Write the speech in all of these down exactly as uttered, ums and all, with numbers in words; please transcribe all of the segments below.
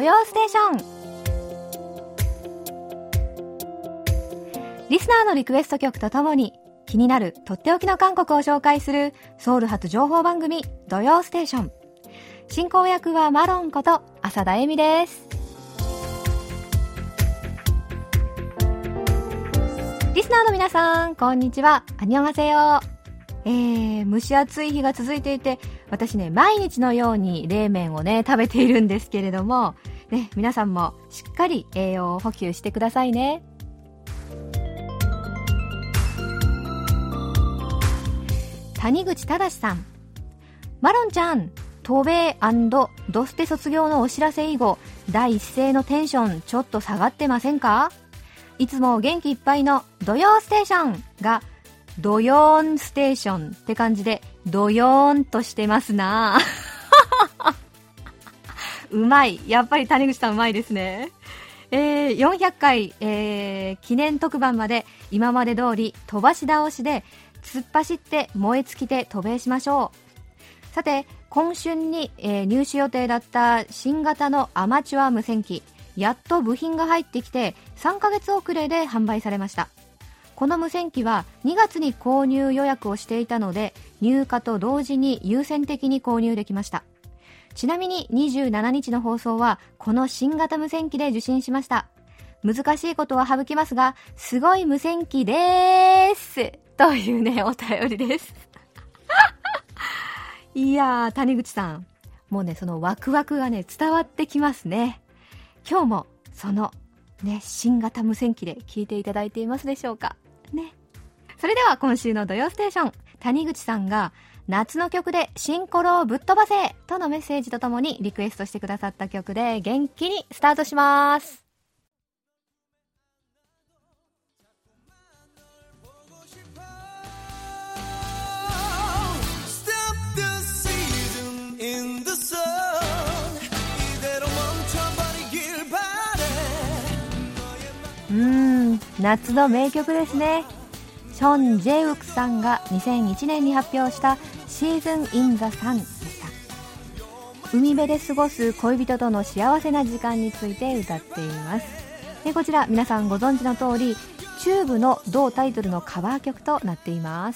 土曜ステーション。リスナーのリクエスト曲とともに気になるとっておきの韓国を紹介するソウル発情報番組土曜ステーション。進行役はマロンこと浅田恵美です。リスナーの皆さん、こんにちは。アニョンハセヨ。えー、蒸し暑い日が続いていて、私ね、毎日のように冷麺をね、食べているんですけれども、ね、皆さんもしっかり栄養を補給してくださいね。谷口正さん、マロンちゃん、渡米&ドステ卒業のお知らせ以後、第一声のテンションちょっと下がってませんか？いつも元気いっぱいの土曜ステーションが土曜ンステーションって感じで土曜ンとしてますな。うまい。やっぱり谷口さんうまいですね。えー、よんひゃっかい、えー、記念特番まで今まで通り飛ばし倒しで突っ走って燃え尽きて渡米しましょう。さて、今春に、えー、入手予定だった新型のアマチュア無線機、やっと部品が入ってきてさんかげつ遅れで販売されました。この無線機はにがつに購入予約をしていたので、入荷と同時に優先的に購入できました。ちなみににじゅうしちにちの放送はこの新型無線機で受信しました。難しいことは省きますが、すごい無線機でーすというね、お便りです。いやー、谷口さん、もうね、そのワクワクがね、伝わってきますね。今日もそのね、新型無線機で聞いていただいていますでしょうかね。それでは今週の土曜ステーション、谷口さんが夏の曲でシンコロをぶっ飛ばせとのメッセージとともにリクエストしてくださった曲で元気にスタートします。うーん、夏の名曲ですね。チョン・ジェウクさんがにせんいちねんに発表したシーズン・イン・ザ・サンでした。海辺で過ごす恋人との幸せな時間について歌っています。で、こちら皆さんご存知の通り、チューブの同タイトルのカバー曲となっています。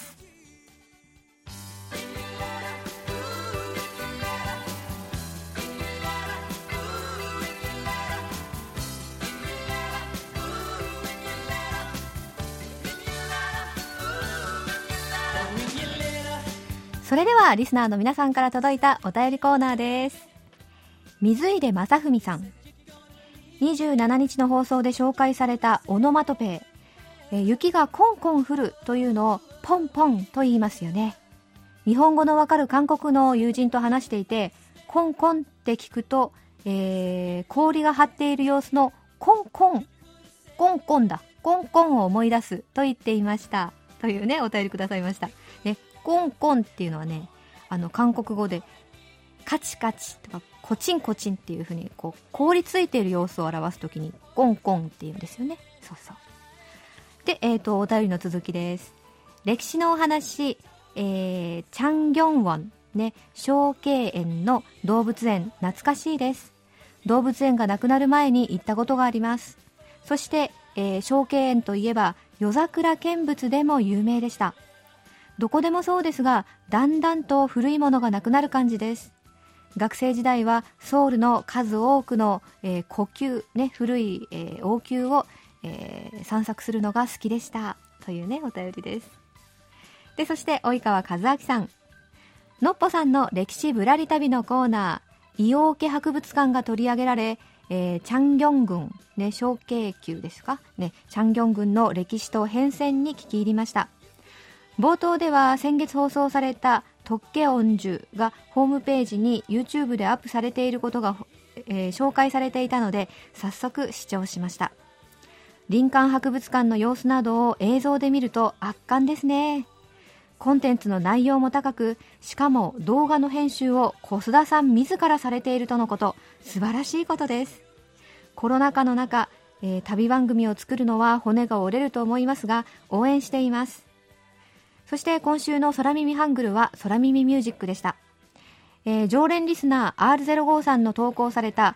それではリスナーの皆さんから届いたお便りコーナーです。水出正文さん、にじゅうしちにちの放送で紹介されたオノマトペ、え雪がコンコン降るというのをポンポンと言いますよね。日本語のわかる韓国の友人と話していて、コンコンって聞くと、えー、氷が張っている様子のコンコンコンコンだコンコンを思い出すと言っていましたというね、お便りくださいましたね。コンコンっていうのはね、あの韓国語でカチカチとかコチンコチンっていう風にこう凍りついている様子を表すときにコンコンっていうんですよね。そうそう。で、えーと、お便りの続きです。歴史のお話、えー、チャンギョンウォンね、小慶園の動物園、懐かしいです。動物園がなくなる前に行ったことがあります。そして、えー、小慶園といえば夜桜見物でも有名でした。どこでもそうですが、だんだんと古いものがなくなる感じです。学生時代はソウルの数多くの、えー、古旧、ね、古い、えー、王宮を、えー、散策するのが好きでしたというね、お便りです。で、そして及川和明さん、のっぽさんの歴史ぶらり旅のコーナー、伊王家博物館が取り上げられ、えー、チャンギョン郡、ね、小慶宮ですか、ね、チャンギョン郡の歴史と変遷に聞き入りました。冒頭では先月放送された特慶音樹がホームページに YouTube でアップされていることが、えー、紹介されていたので早速視聴しました。林間博物館の様子などを映像で見ると圧巻ですね。コンテンツの内容も高く、しかも動画の編集を小須田さん自らされているとのこと、素晴らしいことです。コロナ禍の中、えー、旅番組を作るのは骨が折れると思いますが応援しています。そして今週の空耳ハングルは空耳ミュージックでした。えー、常連リスナー アールゼロご さんの投稿された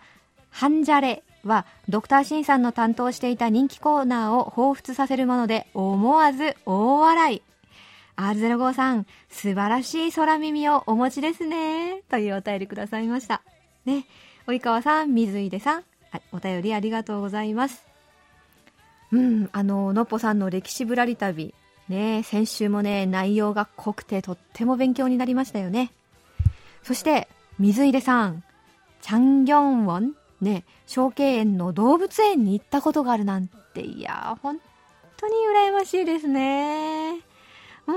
ハンジャレはドクターシンさんの担当していた人気コーナーを彷彿させるもので思わず大笑い。 アールゼロご さん、素晴らしい空耳をお持ちですね、というお便りくださいましたね。及川さん、水出さん、お便りありがとうございます。うん、あののっぽさんの歴史ぶらり旅ね、先週もね内容が濃くてとっても勉強になりましたよね。そして水出さん、チャンギョンウォンね、小慶園の動物園に行ったことがあるなんて、いや本当に羨ましいですね。うん。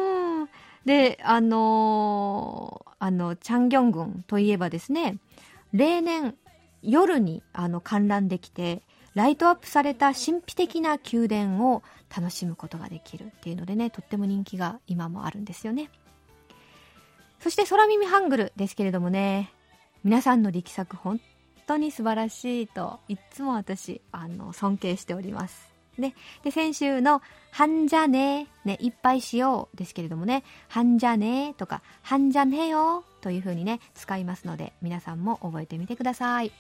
で、あのー、あのチャンギョン郡といえばですね、例年夜にあの観覧できてライトアップされた神秘的な宮殿を楽しむことができるっていうのでね、とっても人気が今もあるんですよね。そして空耳ハングルですけれどもね、皆さんの力作本当に素晴らしいといつも私あの尊敬しておりますね。で、先週のハンジャネーね、いっぱいしようですけれどもね、ハンジャネーとかハンジャネよという風にね使いますので、皆さんも覚えてみてください。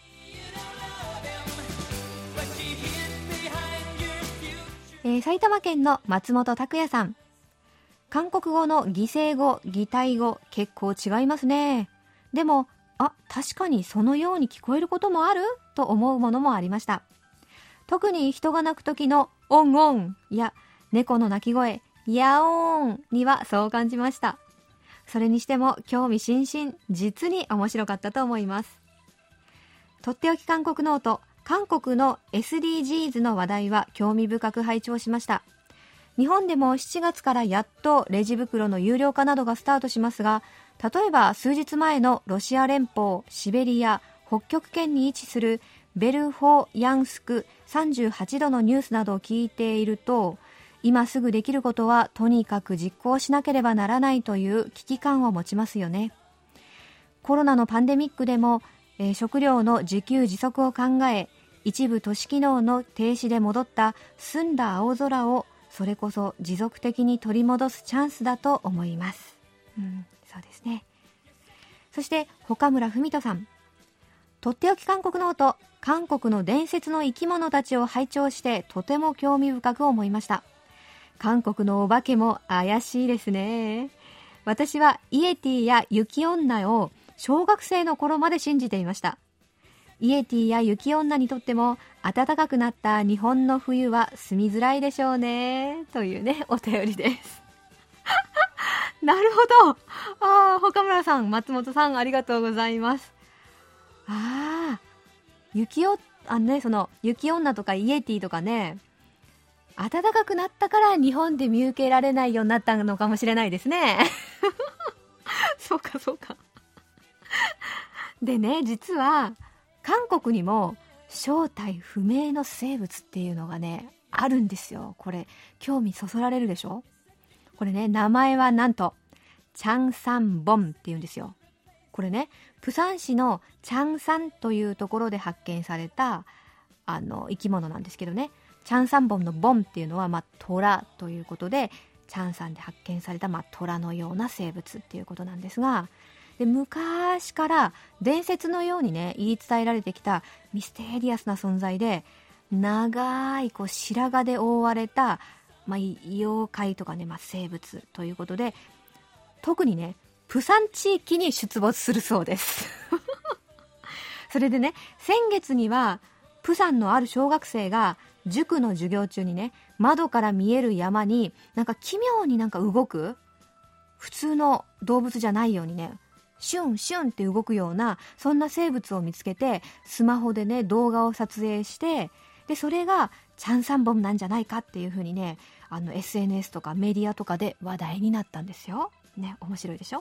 えー、埼玉県の松本拓也さん、韓国語の擬声語、擬態語結構違いますね。でもあ、確かにそのように聞こえることもあると思うものもありました。特に人が鳴く時のオンオンや猫の鳴き声ヤオーンにはそう感じました。それにしても興味津々、実に面白かったと思います。とっておき韓国ノート、韓国の エスディージーズ の話題は興味深く拝聴しました。日本でもしちがつからやっとレジ袋の有料化などがスタートしますが、例えば数日前のロシア連邦シベリア北極圏に位置するベルフォヤンスクさんじゅうはちどのニュースなどを聞いていると、今すぐできることはとにかく実行しなければならないという危機感を持ちますよね。コロナのパンデミックでも、えー、食料の自給自足を考え、一部都市機能の停止で戻った澄んだ青空をそれこそ持続的に取り戻すチャンスだと思います。うん、そうですね。そして岡村文人さん、とっておき韓国ノート、韓国の伝説の生き物たちを拝聴してとても興味深く思いました。韓国のお化けも怪しいですね。私はイエティや雪女を小学生の頃まで信じていました。イエティや雪女にとっても暖かくなった日本の冬は住みづらいでしょうね、というねお便りですなるほど。ああ、岡村さん、松本さん、ありがとうございます。ああ、雪おあね、その雪女とかイエティとかね、暖かくなったから日本で見受けられないようになったのかもしれないですねそうかそうかでね、実は韓国にも正体不明の生物っていうのがねあるんですよ。これ興味そそられるでしょ。これね、名前はなんとチャンサンボンっていうんですよ。これね、プサン市のチャンサンというところで発見されたあの生き物なんですけどね、チャンサンボンのボンっていうのは、まあ、虎ということで、チャンサンで発見された、まあ、虎のような生物っていうことなんですが、で昔から伝説のようにね言い伝えられてきたミステリアスな存在で、長いこう白髪で覆われた、まあ、妖怪とかね、まあ、生物ということで、特にねプサン地域に出没するそうですそれでね、先月にはプサンのある小学生が塾の授業中にね、窓から見える山になんか奇妙になんか動く、普通の動物じゃないようにねシュンシュンって動くような、そんな生物を見つけてスマホでね動画を撮影して、でそれがチャンサンボンなんじゃないかっていう風にね、あの エスエヌエス とかメディアとかで話題になったんですよね。面白いでしょ。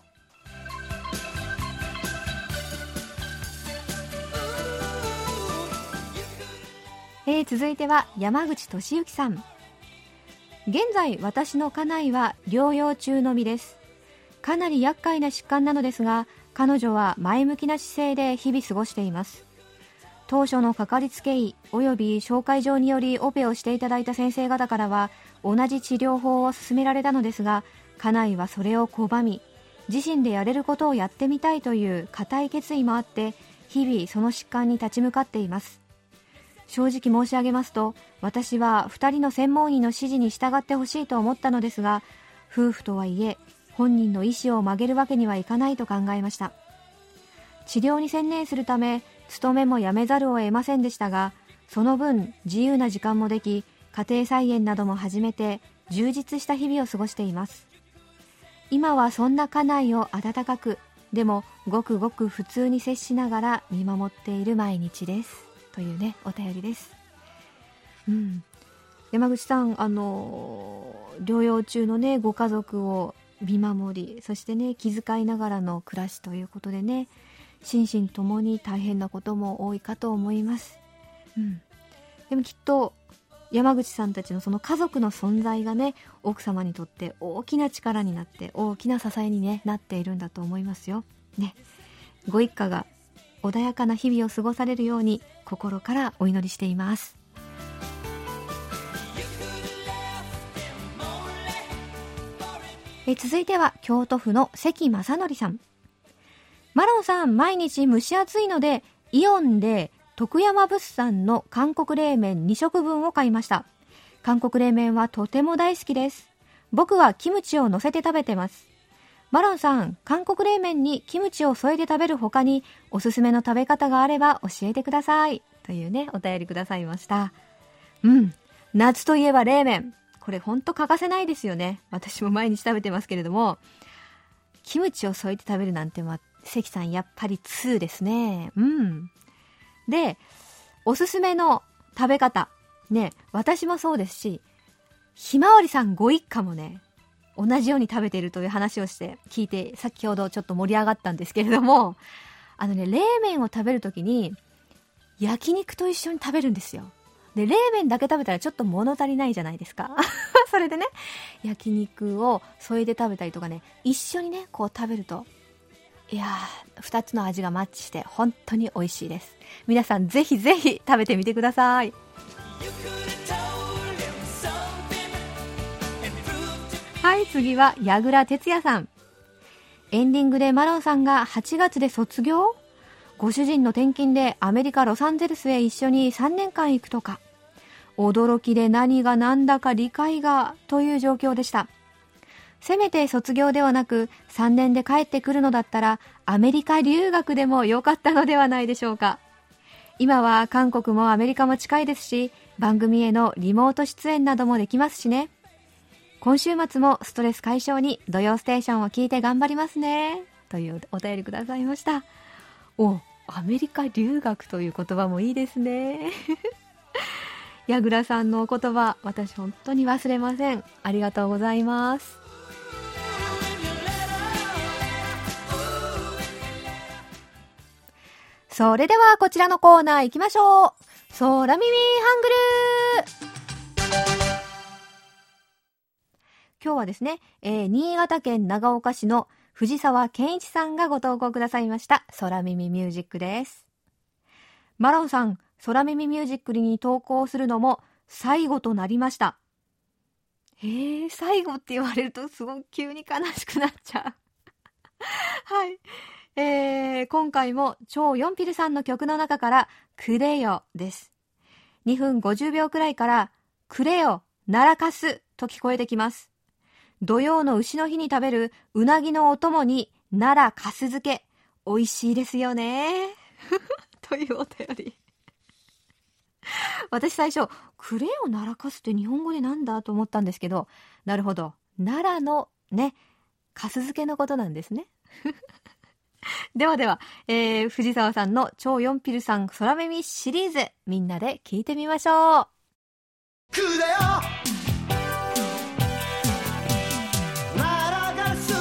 えー、続いては山口俊之さん。現在私の家内は療養中の身です。かなり厄介な疾患なのですが、彼女は前向きな姿勢で日々過ごしています。当初のかかりつけ医および紹介状によりオペをしていただいた先生方からは同じ治療法を勧められたのですが、家内はそれを拒み、自身でやれることをやってみたいという固い決意もあって、日々その疾患に立ち向かっています。 正直申し上げますと、私はふたりの専門医の指示に従ってほしいと思ったのですが、夫婦とはいえ本人の意思を曲げるわけにはいかないと考えました。治療に専念するため勤めも辞めざるを得ませんでしたが、その分自由な時間もでき、家庭菜園なども始めて充実した日々を過ごしています。今はそんな家内を温かく、でもごくごく普通に接しながら見守っている毎日です、というね、お便りです。うん、山口さん、あの療養中のねご家族を見守り、そしてね気遣いながらの暮らしということでね、心身ともに大変なことも多いかと思います。うん、でもきっと山口さんたちのその家族の存在がね、奥様にとって大きな力になって、大きな支えに、ね、なっているんだと思いますよ、ね、ご一家が穏やかな日々を過ごされるように心からお祈りしています。え続いては京都府の関正則さん。マロンさん、毎日蒸し暑いのでイオンで徳山物産の韓国冷麺に食分を買いました。韓国冷麺はとても大好きです。僕はキムチを乗せて食べてます。マロンさん、韓国冷麺にキムチを添えて食べる他におすすめの食べ方があれば教えてください、というねお便りくださいました。うん、夏といえば冷麺、これほんと欠かせないですよね。私も毎日食べてますけれども、キムチを添えて食べるなんて、まあ、関さんやっぱりにですね。うんで、おすすめの食べ方ね、私もそうですし、ひまわりさんご一家もね同じように食べているという話をして聞いて、先ほどちょっと盛り上がったんですけれども、あのね冷麺を食べるときに焼肉と一緒に食べるんですよ。で冷麺だけ食べたらちょっと物足りないじゃないですかそれでね、焼肉を添えて食べたりとかね、一緒にねこう食べると、いやー、ふたつの味がマッチして本当に美味しいです。皆さんぜひぜひ食べてみてください。はい、次は矢倉哲也さん。エンディングでマロンさんがはちがつで卒業？ご主人の転勤でアメリカロサンゼルスへ一緒にさんねんかん行くとか。驚きで何が何だか理解がという状況でした。せめて卒業ではなくさんねんで帰ってくるのだったらアメリカ留学でもよかったのではないでしょうか。今は韓国もアメリカも近いですし、番組へのリモート出演などもできますしね。今週末もストレス解消に土曜ステーションを聞いて頑張りますね、というお便りくださいました。お、アメリカ留学という言葉もいいですね矢倉さんのお言葉、私本当に忘れません。ありがとうございます。それではこちらのコーナー行きましょう。空耳ハングル。今日はですね、えー、新潟県長岡市の藤沢健一さんがご投稿くださいました空耳ミュージックです。マロンさん、空耳ミュージックに投稿するのも最後となりました。えー、最後って言われるとすごく急に悲しくなっちゃうはい、えー、今回も超ヨンピルさんの曲の中からくれよです。にふんごじゅうびょうくらいからくれよならかすと聞こえてきます。土曜の牛の日に食べるうなぎのお供にならかす漬け、美味しいですよねというお便り私最初くれよならかすって日本語でなんだと思ったんですけど、なるほど、奈良のねかす漬けのことなんですねではでは、えー、藤沢さんの超ヨンピルさん空耳シリーズ、みんなで聞いてみましょう。くれよならかす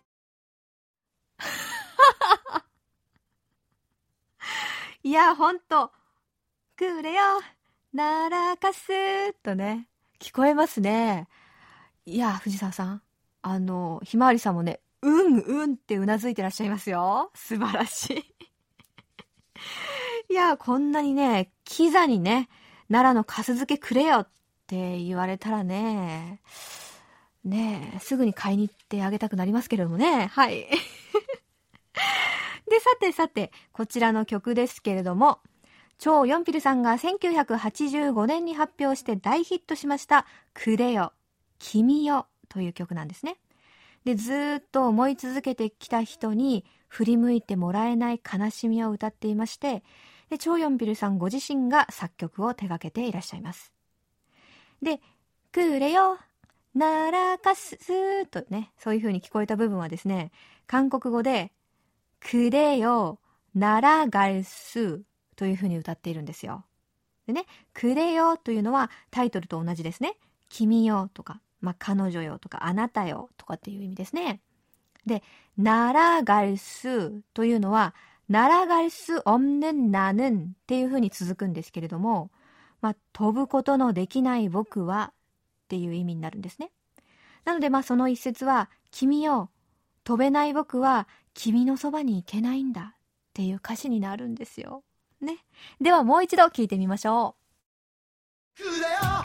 いやほんとくれよならかすとね聞こえますね。いや藤沢さん、あのひまわりさんもねうんうんってうなずいてらっしゃいますよ。素晴らしいいやこんなにねキザにね奈良のかす漬けくれよって言われたらねねえすぐに買いに行ってあげたくなりますけれどもね。はいでさてさてこちらの曲ですけれども、 チョウ・ヨンピルさんがせんきゅうひゃくはちじゅうごねんに発表して大ヒットしましたくれよ、君よという曲なんですね。で、ずーっと思い続けてきた人に振り向いてもらえない悲しみを歌っていまして、でチョウ・ヨンピルさんご自身が作曲を手掛けていらっしゃいます。で、くれよならかすとね、そういう風に聞こえた部分はですね、韓国語でくれよならがるすという風に歌っているんですよ。でね、くれよというのはタイトルと同じですね。君よとか、まあ、彼女よとか、あなたよとかっていう意味ですね。で、ならがるすというのは、ならがるす없는 나는っていう風に続くんですけれども、まあ、飛ぶことのできない僕はっていう意味になるんですね。なので、まあ、その一節は、君よ、飛べない僕は君のそばに行けないんだっていう歌詞になるんですよ。ね。ではもう一度聞いてみましょう。くれよ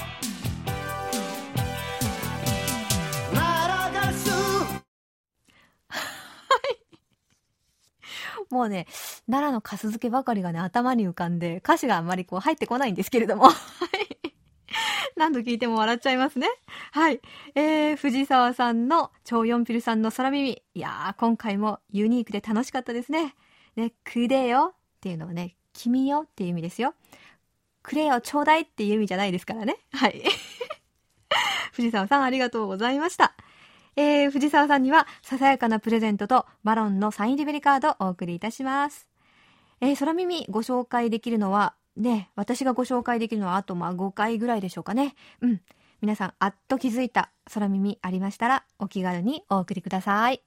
もうね、奈良のかす漬けばかりがね、頭に浮かんで、歌詞があんまりこう入ってこないんですけれども。何度聞いても笑っちゃいますね。はい。えー、藤沢さんのチョウ・ヨンピルさんの空耳。いやー、今回もユニークで楽しかったですね。ね、くれよっていうのはね、君よっていう意味ですよ。くれよ、ちょうだいっていう意味じゃないですからね。はい。藤沢さんありがとうございました。えー、藤沢さんにはささやかなプレゼントとマロンのサインリベリカードをお送りいたします。えー、空耳ご紹介できるのはね、私がご紹介できるのはあとまあごかいぐらいでしょうかね。うん。皆さんあっと気づいた空耳ありましたらお気軽にお送りください。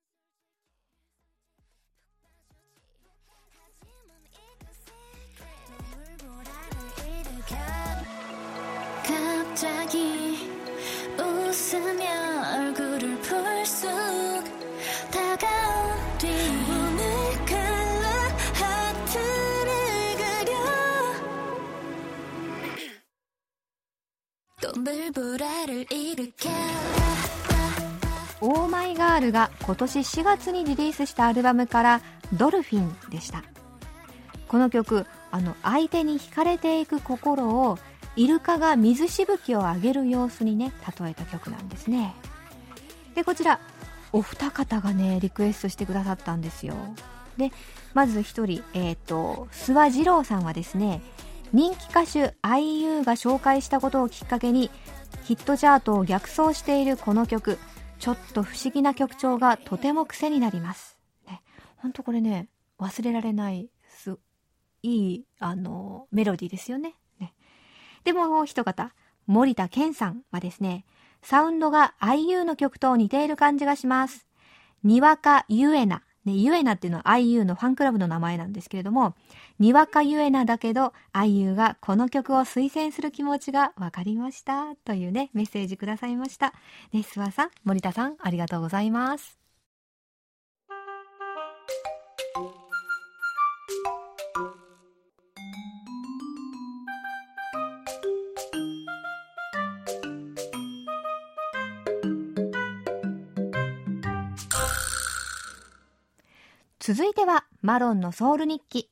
オーマイガールが今年しがつにリリースしたアルバムからドルフィンでした。この曲、あの相手に惹かれていく心をイルカが水しぶきを上げる様子にね例えた曲なんですね。でこちらお二方がねリクエストしてくださったんですよ。でまず一人、えーと諏訪二郎さんはですね、人気歌手 アイユー が紹介したことをきっかけにヒットチャートを逆走しているこの曲、ちょっと不思議な曲調がとても癖になります、ね、ほんとこれね忘れられないすいいあのメロディーですよ ね, ねでももう一方、森田健さんはですね、サウンドが アイユー の曲と似ている感じがします。にわかゆえな、ね、ゆえなっていうのは アイユー のファンクラブの名前なんですけれども、にわかゆえなだけど アイユー がこの曲を推薦する気持ちが分かりましたというねメッセージくださいました、ね、諏訪さん、森田さんありがとうございます。続いてはマロンのソウル日記。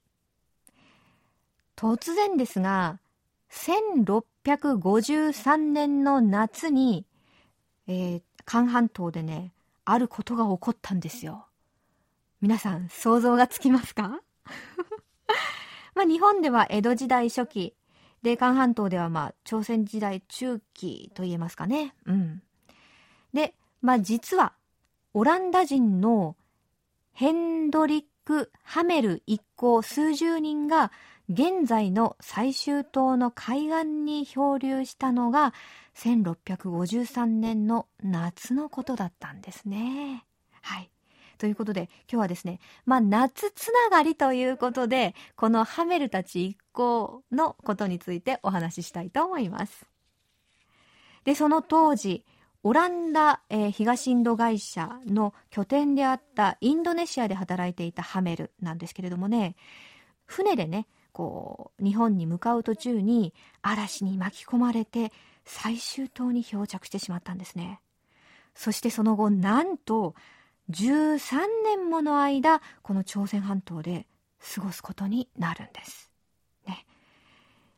突然ですがせんろっぴゃくごじゅうさんねんの夏に、えー、韓半島でねあることが起こったんですよ。皆さん想像がつきますか？まあ日本では江戸時代初期で、韓半島ではまあ朝鮮時代中期と言えますかね。うん。で、まあ実はオランダ人のヘンドリック・ハメル一行数十人が現在の最終島の海岸に漂流したのがせんろっぴゃくごじゅうさんねんの夏のことだったんですね。はい。ということで今日はですね、まあ夏つながりということでこのハメルたち一行のことについてお話ししたいと思います。で、その当時オランダ、えー、東インド会社の拠点であったインドネシアで働いていたハメルなんですけれどもね、船でねこう日本に向かう途中に嵐に巻き込まれて最終島に漂着してしまったんですね。そしてその後なんとじゅうさんねんもの間この朝鮮半島で過ごすことになるんです、ね、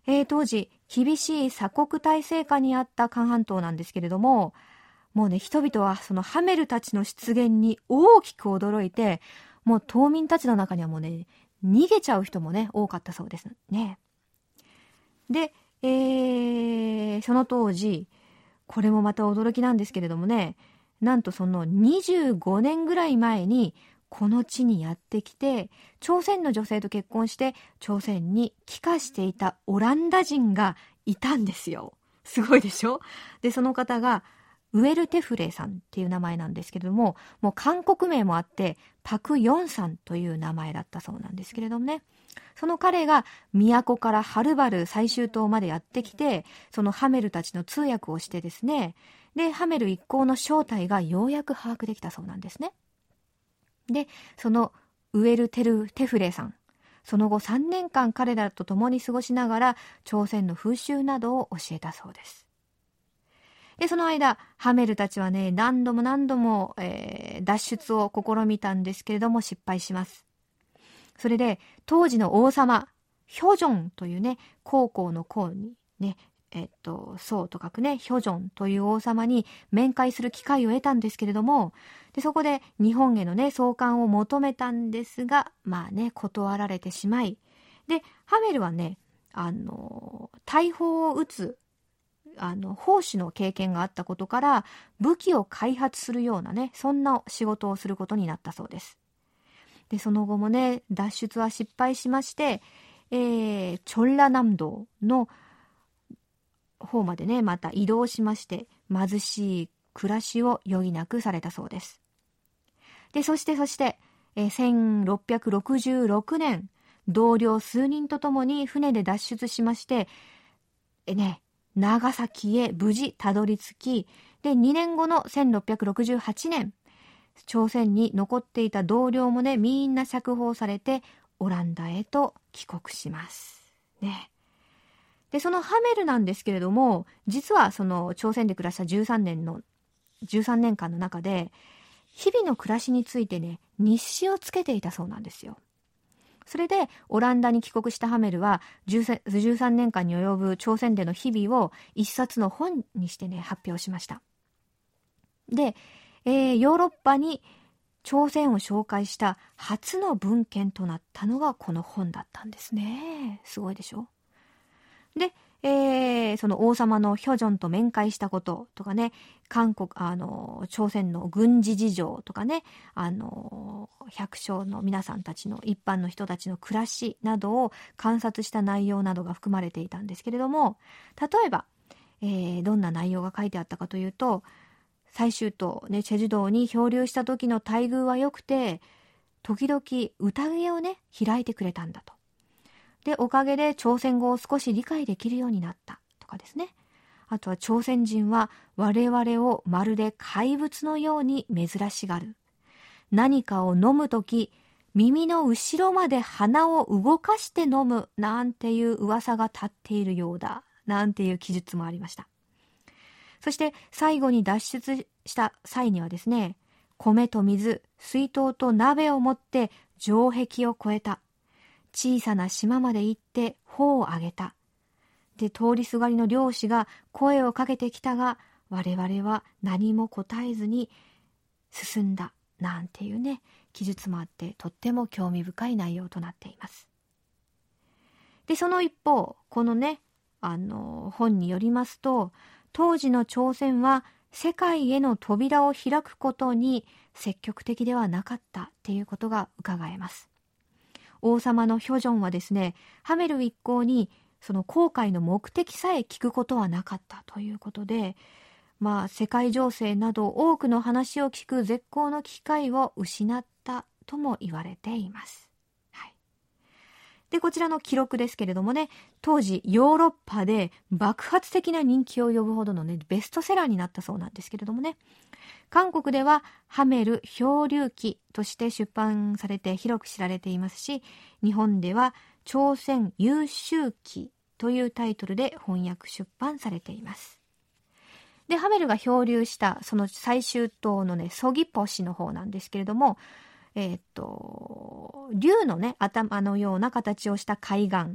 えー、当時厳しい鎖国体制下にあった韓半島なんですけれども、もうね、人々はそのハメルたちの出現に大きく驚いて、もう島民たちの中にはもうね、逃げちゃう人もね、多かったそうですね。で、えー、その当時、これもまた驚きなんですけれどもね、なんとそのにじゅうごねんぐらい前にこの地にやってきて、朝鮮の女性と結婚して朝鮮に帰化していたオランダ人がいたんですよ。すごいでしょ。で、その方がウェルテフレイさんっていう名前なんですけれども、もう韓国名もあってパクヨンさんという名前だったそうなんですけれどもね、その彼が都からはるばる最終島までやってきて、そのハメルたちの通訳をしてですね、でハメル一行の正体がようやく把握できたそうなんですね。で、そのウエルテルテフレイさん、その後さんねんかん彼らと共に過ごしながら朝鮮の風習などを教えたそうです。で、その間ハメルたちはね、何度も何度も、えー、脱出を試みたんですけれども失敗します。それで当時の王様ヒョジョンというね、高校の校にね、えっと、宋と書くね、ヒョジョンという王様に面会する機会を得たんですけれども、でそこで日本へのね、送還を求めたんですが、まあね、断られてしまい、で、ハメルはね、あの、大砲を撃つ、あの、砲手の経験があったことから、武器を開発するようなね、そんな仕事をすることになったそうです。で、その後もね、脱出は失敗しまして、えー、チョンラ南道の方までね、また移動しまして、貧しい暮らしを余儀なくされたそうです。で、そしてそして、えー、せんろっぴゃくろくじゅうろくねん、同僚数人とともに船で脱出しまして、えね、長崎へ無事たどり着き、で、にねんごのせんろっぴゃくろくじゅうはちねん、朝鮮に残っていた同僚もね、みんな釈放されて、オランダへと帰国します。ね。で、そのハメルなんですけれども、実はその朝鮮で暮らしたじゅうさんねんの、じゅうさんねんかんの中で、日々の暮らしについてね、日誌をつけていたそうなんですよ。それで、オランダに帰国したハメルは、じゅうさんねんかんに及ぶ朝鮮での日々を一冊の本にしてね、発表しました。で、えー、ヨーロッパに朝鮮を紹介した初の文献となったのがこの本だったんですね。すごいでしょ。で、えー、その王様のヒョジョンと面会したこととかね、韓国、あの、朝鮮の軍事事情とかね、あの、百姓の皆さんたちの一般の人たちの暮らしなどを観察した内容などが含まれていたんですけれども、例えば、えー、どんな内容が書いてあったかというと、最終島、ね、チェジュ島に漂流した時の待遇は良くて、時々宴をね、開いてくれたんだと。で、おかげで朝鮮語を少し理解できるようになったとかですね。あとは朝鮮人は我々をまるで怪物のように珍しがる。何かを飲むとき、耳の後ろまで鼻を動かして飲むなんていう噂が立っているようだ。なんていう記述もありました。そして最後に脱出した際にはですね、米と水、水筒と鍋を持って城壁を越えた。小さな島まで行って帆を上げた。で、通りすがりの漁師が声をかけてきたが、我々は何も答えずに進んだ。なんていうね、記述もあって、とっても興味深い内容となっています。で、その一方、このね、あの、本によりますと、当時の朝鮮は世界への扉を開くことに積極的ではなかったっていうことが伺えます。王様のヒョジョンはですね、ハメル一行にその航海の目的さえ聞くことはなかったということで、まあ世界情勢など多くの話を聞く絶好の機会を失ったとも言われています。はい。で、こちらの記録ですけれどもね、当時ヨーロッパで爆発的な人気を呼ぶほどのね、ベストセラーになったそうなんですけれどもね、韓国ではハメル漂流記として出版されて広く知られていますし、日本では朝鮮優秀記というタイトルで翻訳出版されています。で、ハメルが漂流したその最終島のね、ソギポ市の方なんですけれども、えー、っと竜のね、頭のような形をした海岸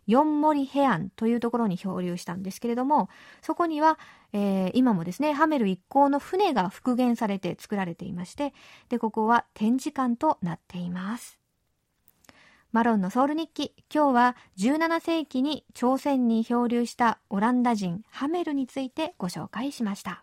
四森ヘアンというところに漂流したんですけれども、そこには、えー、今もですねハメル一行の船が復元されて作られていまして、でここは展示館となっています。マロンのソウル日記、今日はじゅうななせいきに朝鮮に漂流したオランダ人ハメルについてご紹介しました。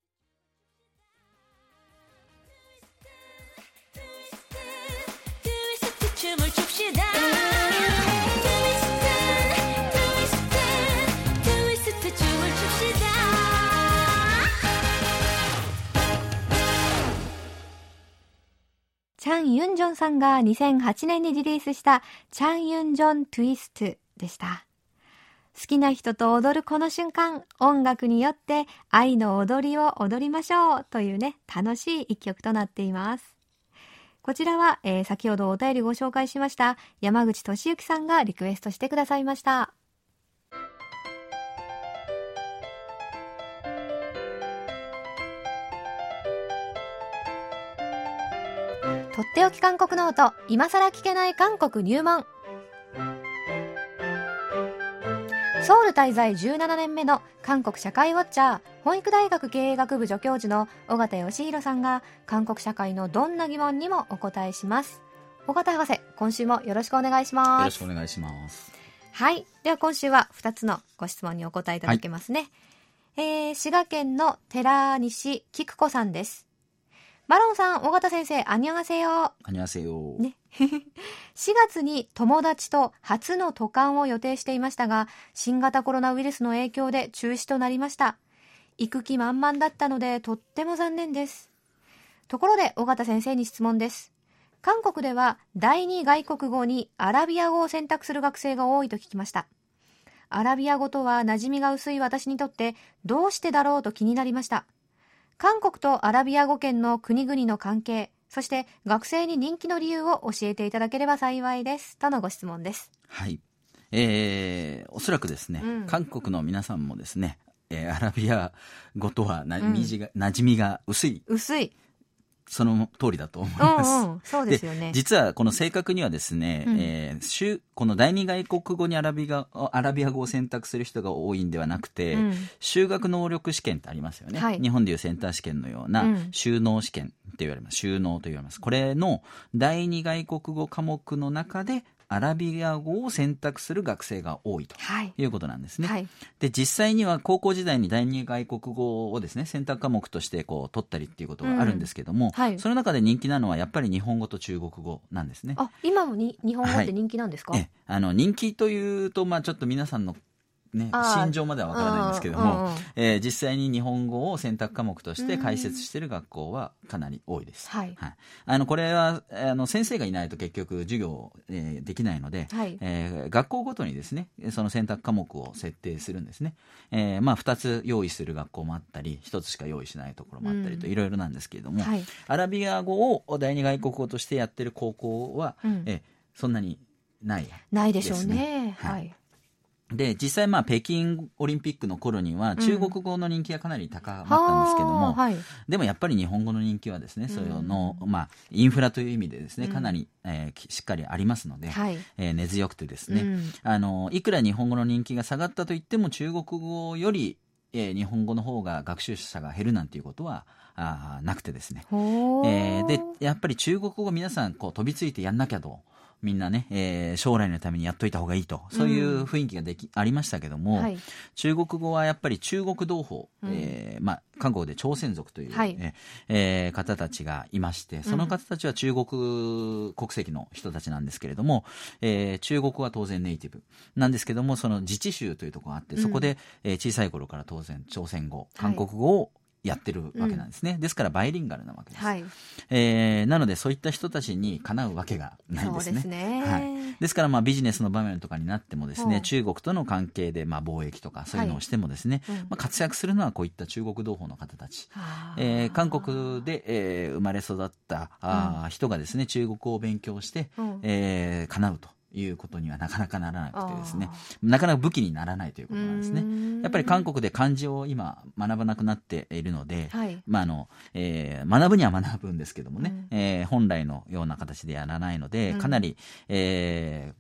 チャン・ユンジョンさんがにせんはちねんにリリースしたチャン・ユンジョン・トゥイストでした。好きな人と踊るこの瞬間、音楽によって愛の踊りを踊りましょうというね、楽しい一曲となっています。こちらは、えー、先ほどお便りご紹介しました山口俊之さんがリクエストしてくださいました。とっておき韓国ノート、今さら聞けない韓国入門。ソウル滞在じゅうななねんめの韓国社会ウォッチャー、本育大学経営学部助教授の尾形義弘さんが韓国社会のどんな疑問にもお答えします。尾形博士、今週もよろしくお願いします。 よろしくお願いします。 はい、では今週はふたつのご質問にお答えいただけますね。はい、えー、滋賀県の寺西菊子さんです。マロンさん、尾形先生、アニョンハセヨ。 アニョンハセヨ。 ね。しがつに友達と初の渡韓を予定していましたが、新型コロナウイルスの影響で中止となりました。行く気満々だったので、とっても残念です。ところで、尾形先生に質問です。韓国では第二外国語にアラビア語を選択する学生が多いと聞きました。アラビア語とは馴染みが薄い私にとって、どうしてだろうと気になりました。韓国とアラビア語圏の国々の関係、そして学生に人気の理由を教えていただければ幸いです。とのご質問です。 はい。えー、おそらくですね、うん、韓国の皆さんもですね、えー、アラビア語とはな、うん、馴染みが薄い。 薄い。 その通りだと思います。 うんうん、そうですよね。 で、実はこの正確にはですね、うん、えー、この第二外国語にアラビア、アラビア語を選択する人が多いんではなくて、うん、修学能力試験ってありますよね。はい、日本でいうセンター試験のような修能試験って言われます。修能と言われます。これの第二外国語科目の中でアラビア語を選択する学生が多いということなんですね。はい、で、実際には高校時代に第二外国語をですね、選択科目としてこう取ったりっていうことがあるんですけども、うん、はい、その中で人気なのはやっぱり日本語と中国語なんですね。 あ、今もに日本語って人気なんですか？ はい、えあの人気というと、まあ、ちょっと皆さんのね、心情までは分からないんですけども、えー、実際に日本語を選択科目として解説している学校はかなり多いです。はいはい、あのこれはあの先生がいないと結局授業、えー、できないので、はい、えー、学校ごとにですねその選択科目を設定するんですね。えーまあ、ふたつ用意する学校もあったりひとつしか用意しないところもあったりといろいろなんですけれども、はい、アラビア語を第二外国語としてやってる高校は、うん、えー、そんなにないですね。 ないでしょうね。はい、はい、 で、実際まあ北京オリンピックの頃には中国語の人気がかなり高まったんですけども、うん、はい、でもやっぱり日本語の人気はですね、うん、そのまあインフラという意味でですね、かなり、えー、しっかりありますので、はい、えー、根強くてですね、うん、あのいくら日本語の人気が下がったといっても中国語より、えー、日本語の方が学習者が減るなんていうことはあなくてですね、えー、でやっぱり中国語皆さんこう飛びついてやんなきゃと。みんなね、えー、将来のためにやっといた方がいいと、そういう雰囲気ができ、うん、ありましたけども、はい、中国語はやっぱり中国同胞、うん、えーまあ、韓国で朝鮮族という、はい、えー、方たちがいまして、その方たちは中国国籍の人たちなんですけれども、えー、中国は当然ネイティブなんですけども、その自治州というところがあって、そこで、えー、小さい頃から当然朝鮮語、韓国語を、はい、やってるわけなんですね、うん、ですからバイリンガルなわけです、はい、えー、なのでそういった人たちにかなうわけがないんですね。そうですね、はい、ですからまあビジネスの場面とかになってもですね、中国との関係でまあ貿易とかそういうのをしてもですね、はい、まあ、活躍するのはこういった中国同胞の方たち、えー、韓国で、えー、生まれ育ったあ、うん、人がですね中国語を勉強して、うん、えー、叶うということにはなかなかならなくてですね、なかなか武器にならないということなんですね。やっぱり韓国で漢字を今学ばなくなっているので、はい、まああのえー、学ぶには学ぶんですけどもね、うん、えー、本来のような形でやらないので、かなり、えー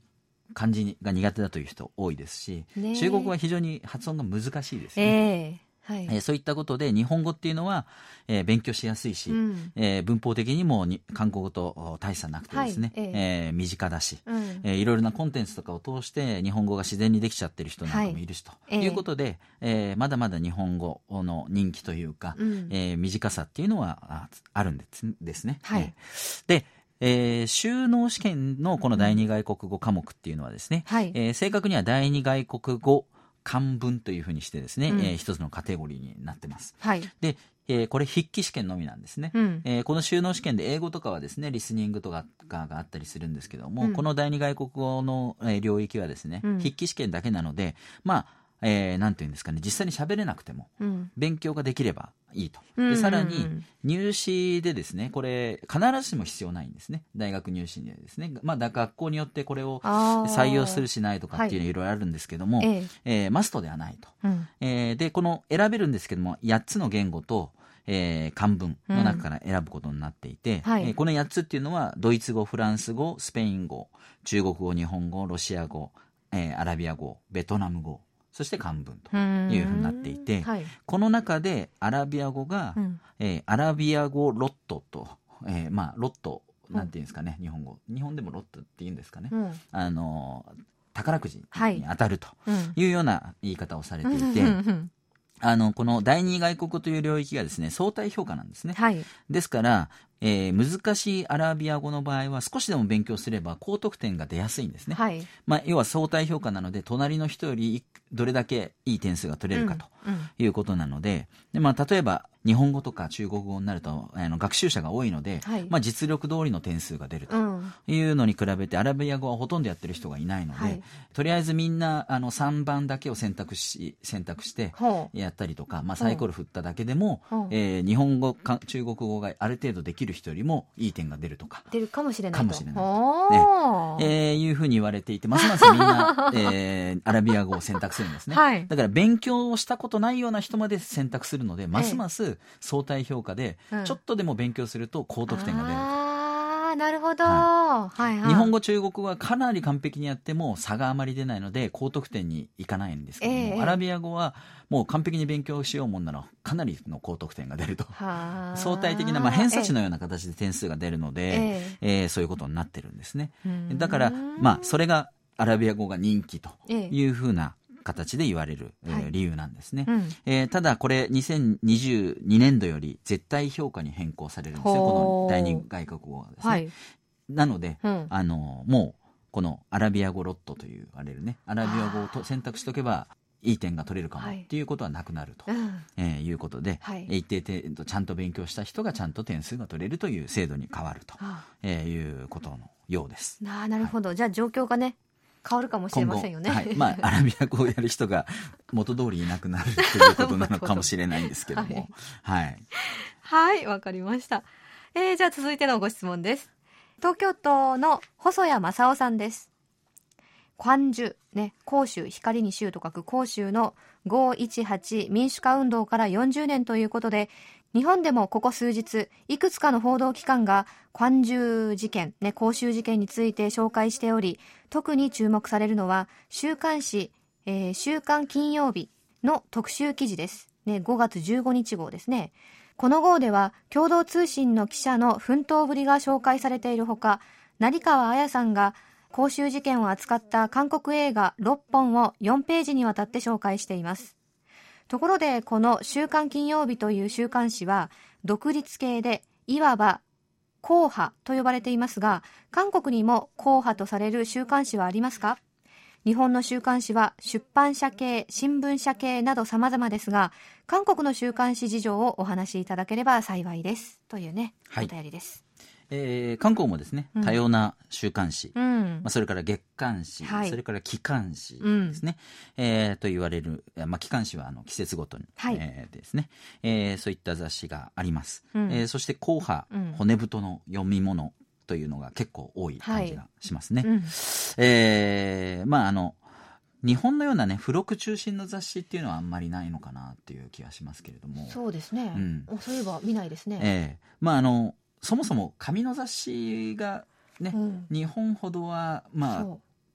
漢字が苦手だという人多いですし、ね、中国語は非常に発音が難しいですね。 えーはい、 えー、そういったことで日本語っていうのは、えー、勉強しやすいし、うん、えー、文法的にもに韓国語と大差なくてですね、はい、えーえー、身近だし、うんえー、いろいろなコンテンツとかを通して日本語が自然にできちゃってる人なんかもいるし、はい、ということで、えー、まだまだ日本語の人気というか、うんえー、短さっていうのはあるんですですね。はい、でえー、修納試験のこの第二外国語科目っていうのはですね、うんはいえー、正確には第二外国語漢文というふうにしてですね、うんえー、一つのカテゴリーになってます。はい、で、えー、これ筆記試験のみなんですね。うんえー、この修納試験で英語とかはですね、リスニングとかがあったりするんですけども、うん、この第二外国語の、えー、領域はですね、うん、筆記試験だけなので、まあ、えー、なんていうんですかね、実際に喋れなくても勉強ができればいいと。うん、でさらに入試でですね、これ必ずしも必要ないんですね。大学入試にはですね、まあ、学校によってこれを採用するしないとかっていうのはいろいろあるんですけども、ええー、マストではないと、うんえー、でこの選べるんですけどもやっつの言語とえー、漢文の中から選ぶことになっていて、うんはいえー、このやっつっていうのはドイツ語、フランス語、スペイン語、中国語、日本語、ロシア語、えー、アラビア語、ベトナム語、そして漢文というふうになっていて、はい、この中でアラビア語が、うんえー、アラビア語ロットと、えー、まあロットなんていうんですかね、うん、日本語日本でもロットっていうんですかね、うん、あの宝くじに当たるというような言い方をされていて、うんあのこの第二外国という領域がですね相対評価なんですね、はい、ですから、えー、難しいアラビア語の場合は少しでも勉強すれば高得点が出やすいんですね、はいまあ、要は相対評価なので隣の人よりどれだけいい点数が取れるかということなので、うんうんでまあ、例えば日本語とか中国語になるとあの学習者が多いので、はいまあ、実力通りの点数が出るというのに比べて、うん、アラビア語はほとんどやってる人がいないので、はい、とりあえずみんなあのさんばんだけを選択し選択してやったりとか、まあ、サイコロ振っただけでも、えー、日本語か中国語がある程度できる人よりもいい点が出るとか出るかもしれないとかもしれないと、ねえー、いうふうに言われていて、ますますみんな、えー、アラビア語を選択するんですね、はい、だから勉強をしたことないような人まで選択するので、ますます相対評価でちょっとでも勉強すると高得点が出ると、うん、 あーなるほど、はいはいはい、 日本語中国語はかなり完璧にやっても差があまり出ないので高得点にいかないんですけども、えー、アラビア語はもう完璧に勉強しようもんならかなりの高得点が出ると、相対的な、まあ、偏差値のような形で点数が出るので、えーえー、そういうことになってるんですね。だから、まあ、それがアラビア語が人気というふうな形で言われる、えーはい、理由なんですね、うんえー、ただこれにせんにじゅうにねんどより絶対評価に変更されるんですよ、この第二外国語はですね、はい、なので、うん、あのもうこのアラビア語ロットというあれるねアラビア語をと選択しておけばいい点が取れるかもっていうことはなくなると、はいえー、いうことで、はい、一定程度ちゃんと勉強した人がちゃんと点数が取れるという制度に変わると、えー、いうことのようです。 な, なるほど、はい、じゃあ状況がね変わるかもしれませんよね。 はいまあ、アラビア語をやる人が元通りいなくなるということなのかもしれないんですけどもはいはい、わ、はい、かりました、えー、じゃあ続いてのご質問です。東京都の細谷正夫さんです。光州ね、光州光に州と書く光州のごーいちはち民主化運動からよんじゅうねんということで、日本でもここ数日いくつかの報道機関が光州事件、ね、光州事件について紹介しており、特に注目されるのは週刊誌、えー、週刊金曜日の特集記事です、ね、ごがつじゅうごにち号ですね。この号では共同通信の記者の奮闘ぶりが紹介されているほか、成川綾さんが光州事件を扱った韓国映画ろっぽんをよんページにわたって紹介しています。ところでこの週刊金曜日という週刊誌は独立系でいわば硬派と呼ばれていますが、韓国にも硬派とされる週刊誌はありますか？日本の週刊誌は出版社系、新聞社系など様々ですが、韓国の週刊誌事情をお話しいただければ幸いですというね、はい、お便りです。 えー、韓国もですね、多様な週刊誌、うんまあ、それから月刊誌、はい、それから期刊誌ですね、うんえー、と言われる、まあ、期刊誌はあの季節ごとに、はいえー、ですね、えー、そういった雑誌があります、うんえー、そして硬派、うん、骨太の読み物というのが結構多い感じがしますね、はいうんえー、まああの日本のようなね付録中心の雑誌っていうのはあんまりないのかなっていう気がしますけれども。 そうですね、うん、そういえば見ないですね、 えー、まああのそもそも紙の雑誌がね、うん、日本ほどはまあ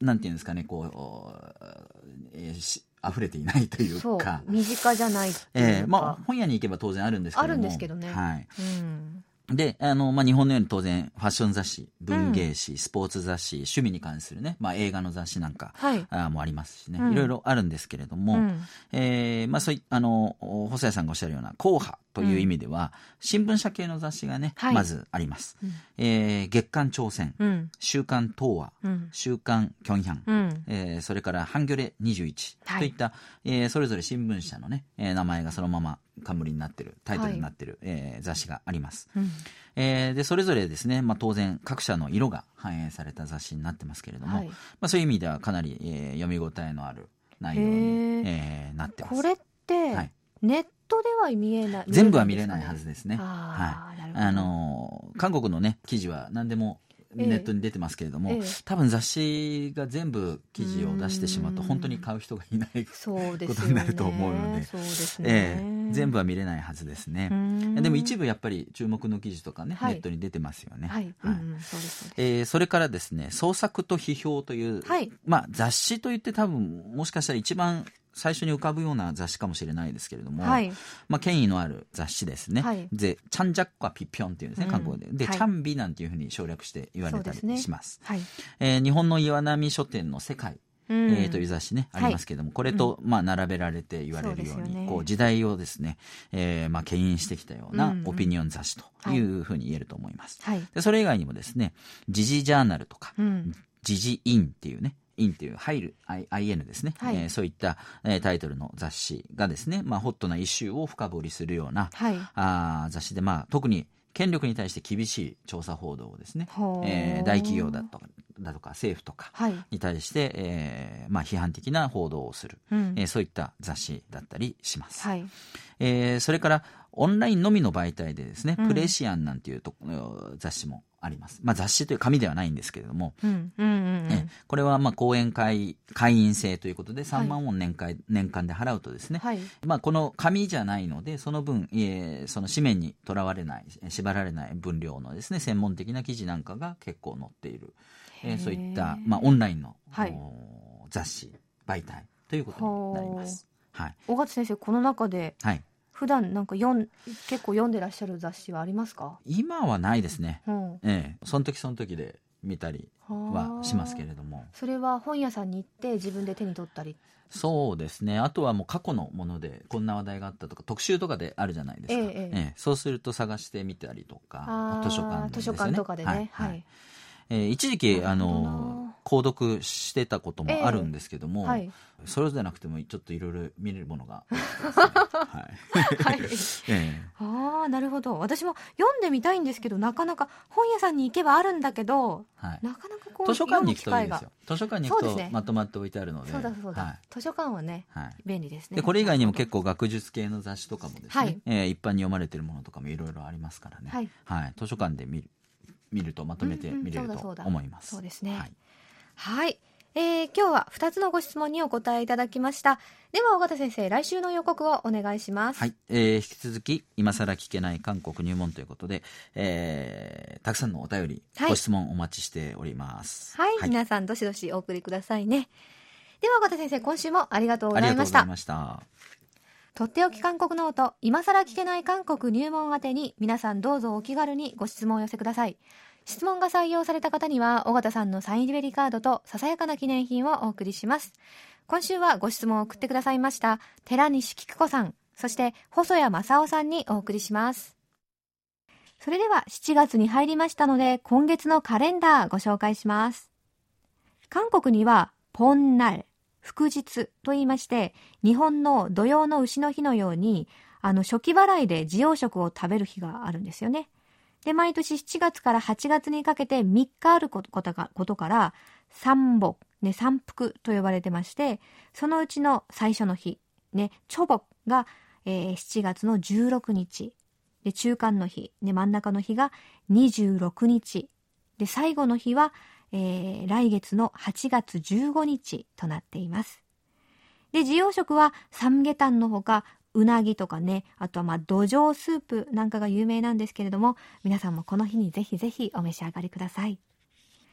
なんていうんですかね、こう、えー、し溢れていないというか、 そう身近じゃないっていうか、 えーまあ、本屋に行けば当然あるんですけども、 あるんですけどね、 はい、 うんで、あの、まあ、日本のように当然ファッション雑誌、文芸誌、うん、スポーツ雑誌、趣味に関するね、まあ、映画の雑誌なんか、はい、あもありますしね、うん、いろいろあるんですけれども、うん、えー、まあ、そういあの細谷さんがおっしゃるような硬派という意味では、うん、新聞社系の雑誌がね、はい、まずあります、うんえー、月刊朝鮮、うん、週刊東亜、うん、週刊キョンヒャン、うんえー、それからハンギョレにじゅういちといった、はいえー、それぞれ新聞社のね、えー、名前がそのまま冠になってるタイトルになってる、はいえー、雑誌があります、うんえー、でそれぞれですね、まあ、当然各社の色が反映された雑誌になってますけれども、はいまあ、そういう意味ではかなり、えー、読み応えのある内容に、えー、なってます。 これって、はい、ネットでは見えない、 全部は見れないはずですね。はい、あの韓国のね記事は何でもネットに出てますけれども、ええ、多分雑誌が全部記事を出してしまうと本当に買う人がいないことになると思うので、そうですね、ええ、全部は見れないはずですね。でも一部やっぱり注目の記事とかね、はい、ネットに出てますよね。はいはいうん、そうですそうですえー、それからですね、創作と批評という、はいまあ、雑誌といって多分もしかしたら一番最初に浮かぶような雑誌かもしれないですけれども、はいまあ、権威のある雑誌ですね、はい、でチャンジャッカピピョンっていうんですね、韓国でで、はい、チャンビなんていうふうに省略して言われたりします、ねはいえー、日本の岩波書店の世界、うんえー、という雑誌ねありますけれども、はい、これと、まあ、並べられて言われるように、うん、こう時代をですね、えーまあ、牽引してきたようなオピニオン雑誌というふうに言えると思います、はい、でそれ以外にもですね時事ジャーナルとか、うん、時事インっていうねインっていう入る アイエヌ ですね、はいえー、そういった、えー、タイトルの雑誌がですね、まあ、ホットなイシューを深掘りするような、はい、あ雑誌で、まあ、特に権力に対して厳しい調査報道をですね、えー、大企業だとかだとか政府とかに対して、はいえーまあ、批判的な報道をする、うんえー、そういった雑誌だったりします、はいえー、それからオンラインのみの媒体でですね、うん、プレシアンなんていうと雑誌もあります、まあ、雑誌という紙ではないんですけれども、うんうんうんうん、えこれはまあ講演会会員制ということでさんまんウォン年間、はい、年間で払うとですね、はいまあ、この紙じゃないのでその分、えー、その紙面にとらわれない縛られない分量のですね専門的な記事なんかが結構載っている、えー、そういった、まあ、オンラインの、はい、雑誌媒体ということになります、はい、 尾形先生この中で、はい普段なんか読ん結構読んでらっしゃる雑誌はありますか？ 今はないですね、うんええ、その時その時で見たりはしますけれども。 それは本屋さんに行って自分で手に取ったり？ そうですね、あとはもう過去のものでこんな話題があったとか特集とかであるじゃないですか、ええええ、そうすると探してみたりとか図書館でですよね、図書館とかでね、はいはいはいえー、一時期あの購読してたこともあるんですけども、えーはい、それじゃなくてもちょっといろいろ見れるものが多くてですねはいはいえー、 ああなるほど。私も読んでみたいんですけどなかなか本屋さんに行けばあるんだけど、はい、なかなかこう図書館に行くといいですよ。図書館に行くとまとまって置いてあるので、 そうだそうだ、はい、図書館はね、はい、便利ですね。 でこれ以外にも結構学術系の雑誌とかもですね、はいえー、一般に読まれているものとかもいろいろありますからね、はいはい、図書館で見る見るとまとめて見れると思います。 そうですね。はい、はい、えー、今日はふたつのご質問にお答えいただきました。では尾形先生、来週の予告をお願いします。 はい、えー、引き続き今更聞けない韓国入門ということで、えー、たくさんのお便り、はい、ご質問お待ちしております。 はい、はい、皆さんどしどしお送りくださいね。では尾形先生、今週もありがとうございました。ありがとうございました。とっておき韓国ノート、今更聞けない韓国入門宛てに皆さんどうぞお気軽にご質問をお寄せください。質問が採用された方には尾形さんのサインリベリカードとささやかな記念品をお送りします。今週はご質問を送ってくださいました寺西菊子さん、そして細谷正夫さんにお送りします。それではしちがつに入りましたので今月のカレンダーご紹介します。韓国にはポンナル、福日と言いまして、日本の土用の丑の日のようにあの初期払いで自用食を食べる日があるんですよね。で毎年しちがつからはちがつにかけてみっかあることがことから三木、ね、三福と呼ばれてまして、そのうちの最初の日、ね、チョボクが、えー、しちがつのじゅうろくにちで、中間の日、ね、真ん中の日がにじゅうろくにちで、最後の日は、えー、来月のはちがつじゅうごにちとなっています。で自用食はサムゲタンのほかうなぎとかね、あとはまあ土壌スープなんかが有名なんですけれども、皆さんもこの日にぜひぜひお召し上がりください。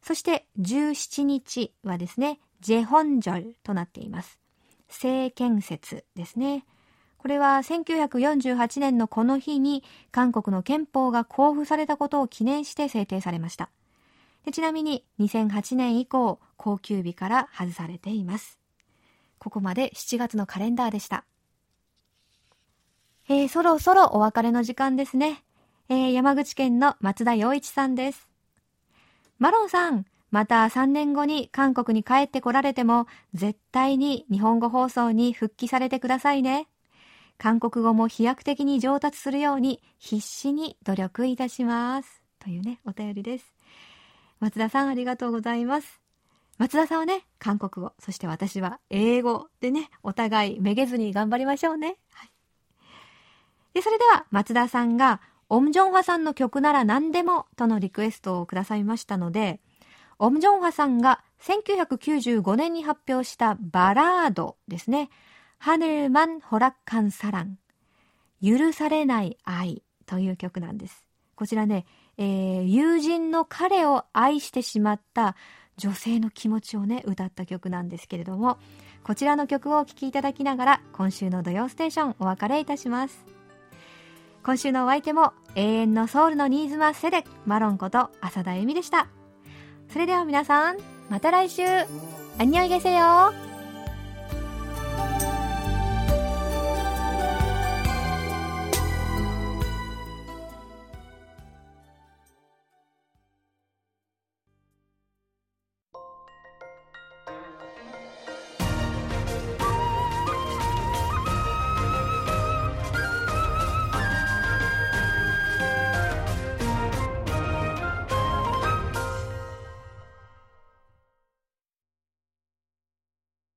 そしてじゅうしちにちはですね、ジェホンジョルとなっています。聖建節ですね。これはせんきゅうひゃくよんじゅうはちねんのこの日に韓国の憲法が公布されたことを記念して制定されました。でちなみににせんはちねん以降、公休日から外されています。ここまでしちがつのカレンダーでした。えー、そろそろお別れの時間ですね。えー、山口県の松田洋一さんです。マロンさん、またさんねんごに韓国に帰ってこられても、絶対に日本語放送に復帰されてくださいね。韓国語も飛躍的に上達するように必死に努力いたします。というね、お便りです。松田さんありがとうございます。松田さんはね、韓国語、そして私は英語でね、お互いめげずに頑張りましょうね。はい、でそれでは松田さんがオムジョンファさんの曲なら何でもとのリクエストをくださいましたので、オムジョンファさんがせんきゅうひゃくきゅうじゅうごねんに発表したバラードですね。하늘만 허락한 사랑、許されない愛という曲なんです。こちらね、えー、友人の彼を愛してしまった女性の気持ちをね歌った曲なんですけれども、こちらの曲をお聴きいただきながら今週の土曜ステーションお別れいたします。今週のお相手も永遠のソウルの新妻セデマロンこと浅田恵美でした。それでは皆さんまた来週。안녕히 계세요。